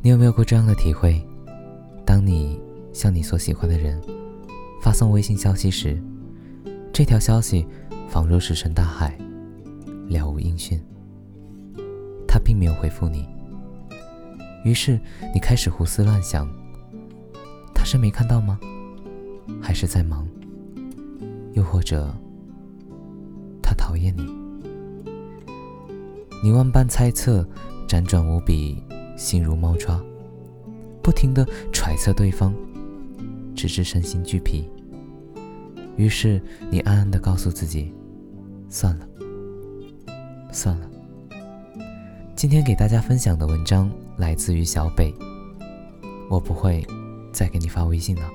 你有没有过这样的体会？当你向你所喜欢的人发送微信消息时，这条消息仿若石沉大海，了无音讯，他并没有回复你。于是你开始胡思乱想，他是没看到吗？还是在忙？又或者他讨厌你？你万般猜测，辗转无比，心如猫抓，不停地揣测对方，直至身心俱疲。于是你暗暗地告诉自己，算了算了。今天给大家分享的文章来自于小北，我不会再给你发微信了。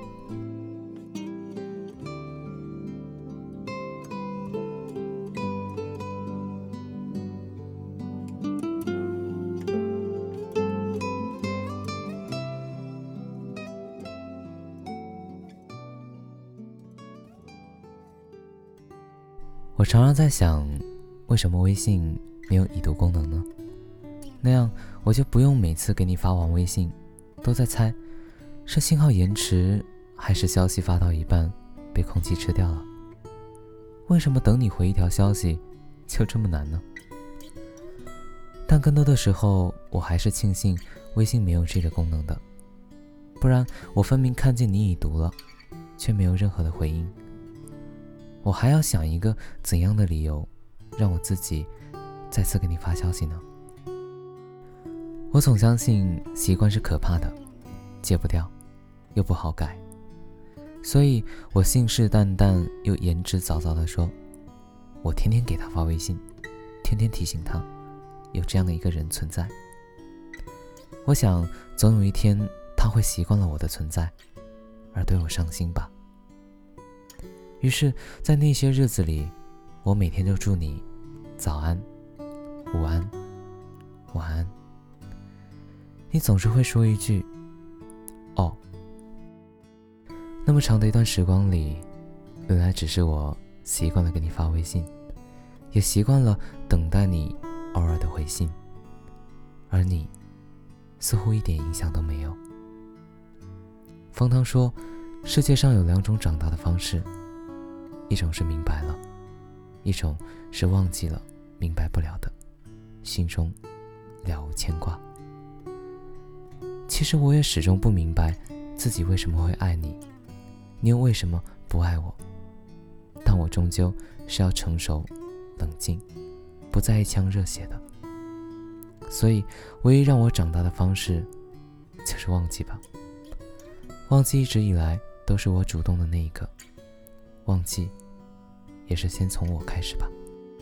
我常常在想，为什么微信没有已读功能呢？那样我就不用每次给你发完微信都在猜，是信号延迟，还是消息发到一半被空气吃掉了。为什么等你回一条消息就这么难呢？但更多的时候，我还是庆幸微信没有这个功能的，不然我分明看见你已读了，却没有任何的回应。我还要想一个怎样的理由让我自己再次给你发消息呢？我总相信习惯是可怕的，戒不掉，又不好改，所以我信誓旦旦又言之凿凿地说，我天天给他发微信，天天提醒他有这样的一个人存在。我想总有一天他会习惯了我的存在，而对我上心吧。于是在那些日子里，我每天就祝你早安、午安、晚安。你总是会说一句哦。那么长的一段时光里，原来只是我习惯了给你发微信，也习惯了等待你偶尔的回信，而你似乎一点影响都没有。冯唐说，世界上有2种长大的方式，一种是明白了，一种是忘记了明白不了的，心中了无牵挂。其实我也始终不明白自己为什么会爱你，你又为什么不爱我，但我终究是要成熟冷静，不再一腔热血的。所以唯一让我长大的方式就是忘记吧。忘记一直以来都是我主动的那一个，忘记也是先从我开始吧。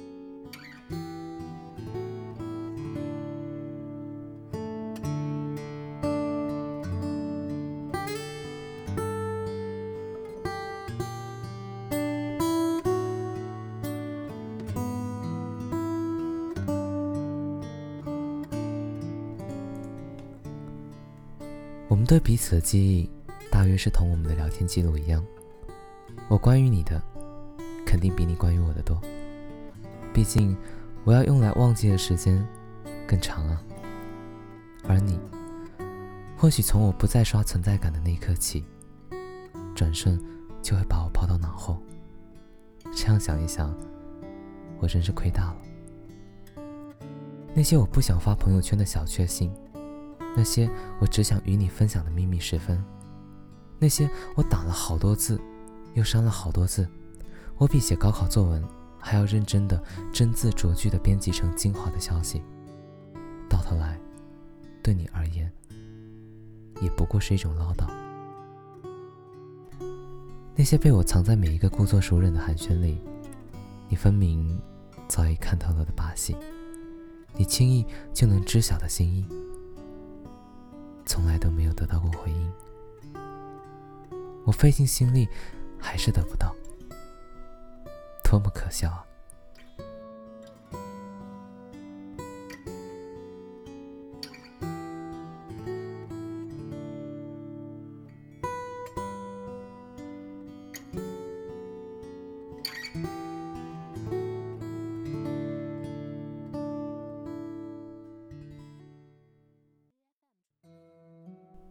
我们对彼此的记忆大约是同我们的聊天记录一样，我关于你的肯定比你关于我的多，毕竟我要用来忘记的时间更长啊。而你或许从我不再刷存在感的那一刻起，转瞬就会把我抛到脑后。这样想一想，我真是亏大了。那些我不想发朋友圈的小确幸，那些我只想与你分享的秘密时分，那些我打了好多字又删了好多字，我比写高考作文还要认真的斟字酌句的编辑成精华的消息，到头来对你而言也不过是一种唠叨。那些被我藏在每一个故作熟人的寒暄里，你分明早已看透了的把戏，你轻易就能知晓的心意，从来都没有得到过回应。我费尽心力还是得不到，多么可笑啊。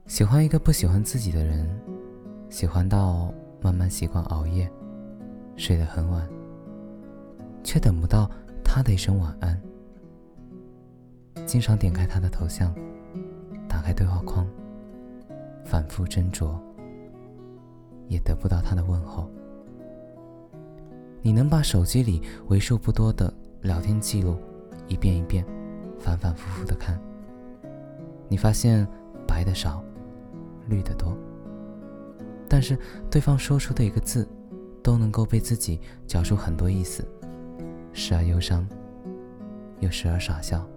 喜欢一个不喜欢自己的人，喜欢到慢慢习惯熬夜，睡得很晚，却等不到他的一声晚安。经常点开他的头像，打开对话框，反复斟酌，也得不到他的问候。你能把手机里为数不多的聊天记录一遍一遍反反复复的看，你发现白的少，绿的多，但是对方说出的一个字都能够被自己搅出很多意思，时而忧伤，又时而傻笑。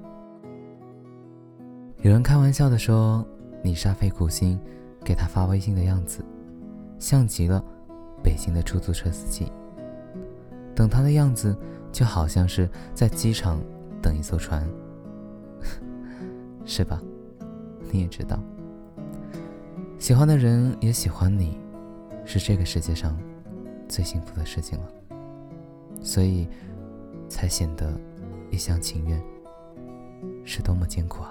有人开玩笑地说，你煞费苦心给他发微信的样子，像极了北京的出租车司机。等他的样子就好像是在机场等一艘船，是吧？你也知道，喜欢的人也喜欢你，是这个世界上最幸福的事情了，所以才显得一厢情愿是多么艰苦啊。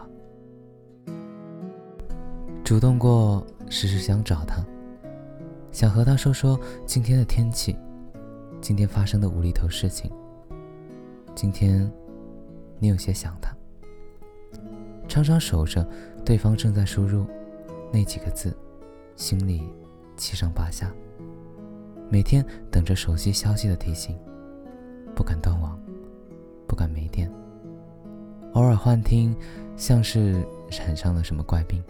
主动过，时时想找他，想和他说说今天的天气，今天发生的无厘头事情，今天你有些想他，常常守着对方正在输入那几个字，心里七上八下，每天等着手机消息的提醒，不敢断网，不敢没电，偶尔幻听像是染上了什么怪病。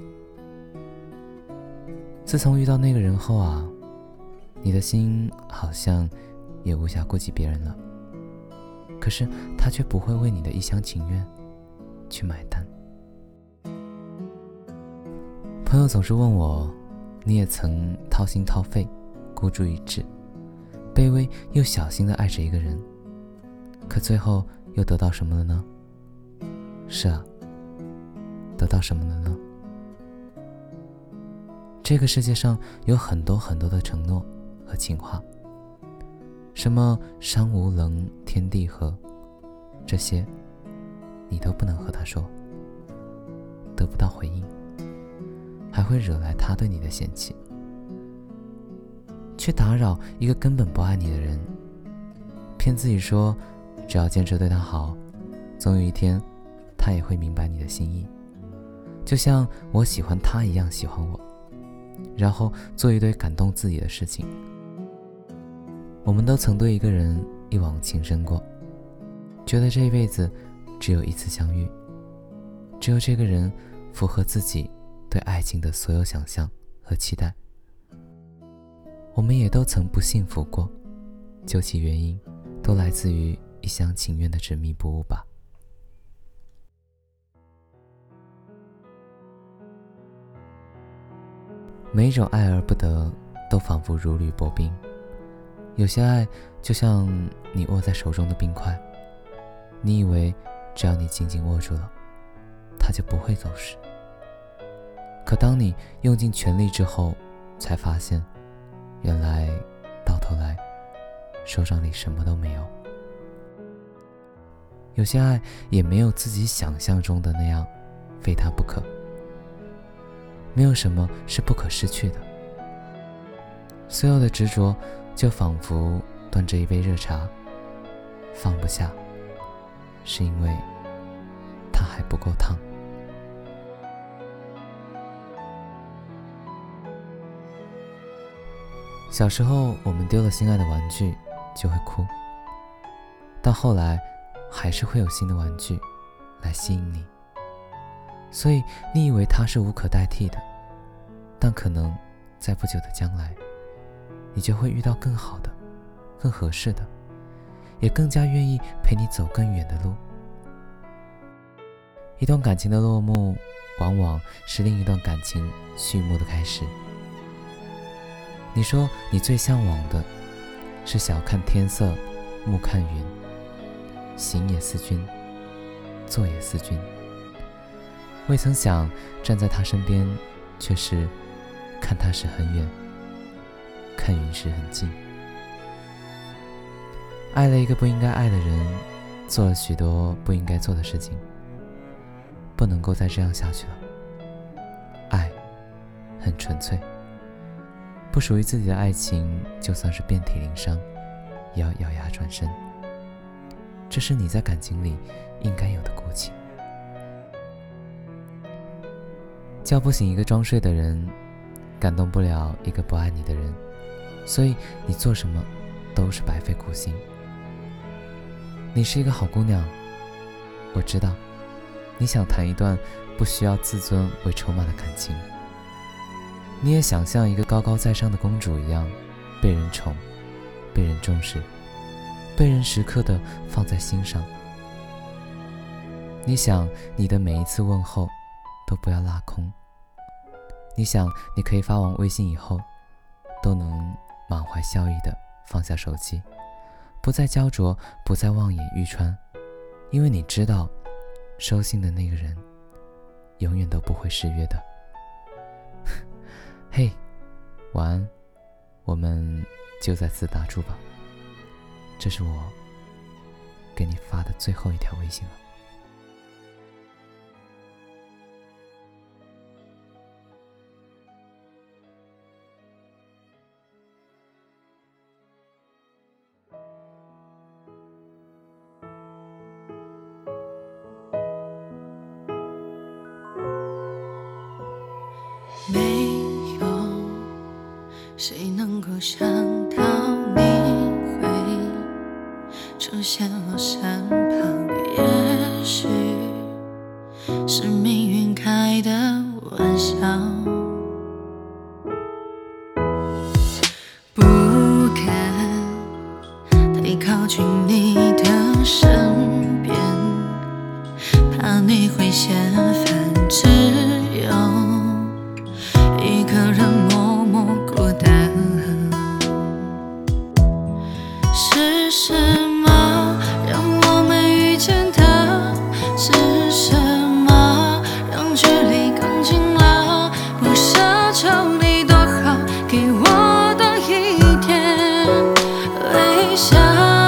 自从遇到那个人后啊，你的心好像也无暇顾及别人了，可是他却不会为你的一厢情愿去买单。朋友总是问我，你也曾掏心掏肺，孤注一掷，卑微又小心地爱着一个人，可最后又得到什么了呢？是啊，得到什么了呢？这个世界上有很多很多的承诺和情话，什么山无棱，天地合，这些你都不能和他说，得不到回应，还会惹来他对你的嫌弃，去打扰一个根本不爱你的人，骗自己说只要坚持对他好，总有一天他也会明白你的心意，就像我喜欢他一样喜欢我，然后做一堆感动自己的事情。我们都曾对一个人一往情深过，觉得这一辈子只有一次相遇，只有这个人符合自己对爱情的所有想象和期待。我们也都曾不幸福过，究其原因，都来自于一厢情愿的执迷不悟吧。每一种爱而不得，都仿佛如履薄冰。有些爱就像你握在手中的冰块，你以为只要你紧紧握住了，它就不会走失。可当你用尽全力之后，才发现，原来到头来，手掌里什么都没有。有些爱也没有自己想象中的那样，非他不可。没有什么是不可失去的，所有的执着就仿佛端着一杯热茶，放不下，是因为它还不够烫。小时候我们丢了心爱的玩具就会哭，但后来还是会有新的玩具来吸引你，所以你以为它是无可代替的，但可能在不久的将来，你就会遇到更好的，更合适的，也更加愿意陪你走更远的路。一段感情的落幕，往往是另一段感情序幕的开始。你说你最向往的是晓看天色，暮看云，行也思君，坐也思君，未曾想站在他身边，却是看他时很远，看云时很近。爱了一个不应该爱的人，做了许多不应该做的事情，不能够再这样下去了。爱很纯粹。不属于自己的爱情，就算是遍体鳞伤，也要咬牙转身。这是你在感情里应该有的骨气。叫不醒一个装睡的人，感动不了一个不爱你的人，所以你做什么都是白费苦心。你是一个好姑娘，我知道你想谈一段不需要自尊为筹码的感情，你也想像一个高高在上的公主一样被人宠，被人重视，被人时刻地放在心上。你想你的每一次问候都不要落空，你想你可以发完微信以后都能满怀笑意地放下手机，不再焦灼，不再望眼欲穿，因为你知道收信的那个人永远都不会失约的。嘿，晚安，我们就在此打住吧。这是我给你发的最后一条微信了。 没有谁能够想到你会出现我身旁，也许是命运开的玩笑，不敢太靠近你的身边，怕你会嫌烦，只有一个人默默孤单。是什么让我们遇见的？是什么让距离更近了？不奢求你多好，给我多一点微笑。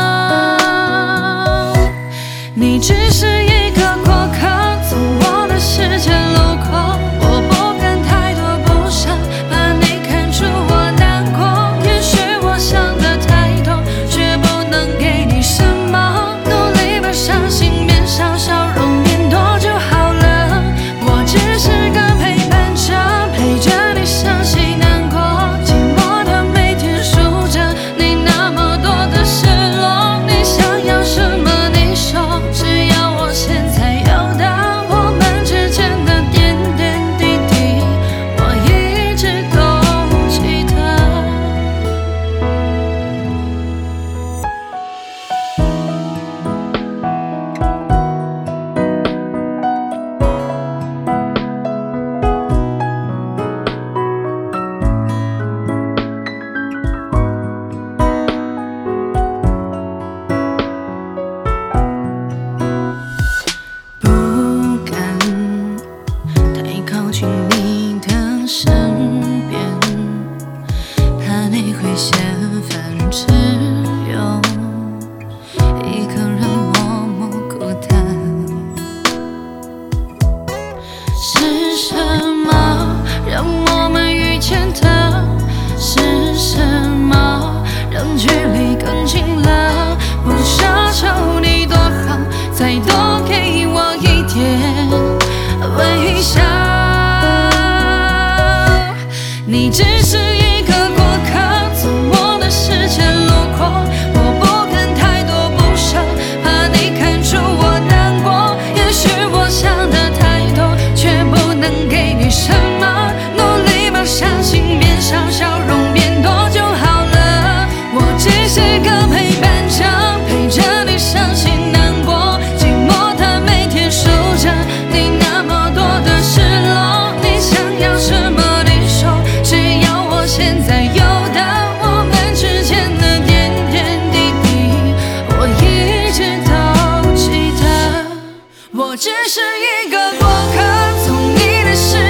你只是一个过客，从我的世界路过。我不敢太多不舍，怕你看出我难过。也许我想的太多，却不能给你什么。努力把伤心变少，笑容变多就好了。我只是个陪伴者，陪着你伤心难过，寂寞的每天数着你那么多的失落。你想要什么你说，只要我现在有的，我们之间的点点滴滴，我一直都记得。不敢太靠近你的身边，怕你会嫌烦，只有一个人默默孤单。是什么让我们遇见的？是什么让距离更近了？不奢求你多好，再多给我一点微笑。你只是一个过客，从我的世界路过。我不敢太多不舍，怕你看出我难过。也许我想的太多，却不能给你什么。努力把伤心变少，笑容变多就好了。我只是个陪伴者，陪着你伤心难过，寂寞的每天数着你那么多的失落。你想要什么你说，只要我现在有的，我们之间的点点滴滴，我一直都记得。我只是一个过客，从你的世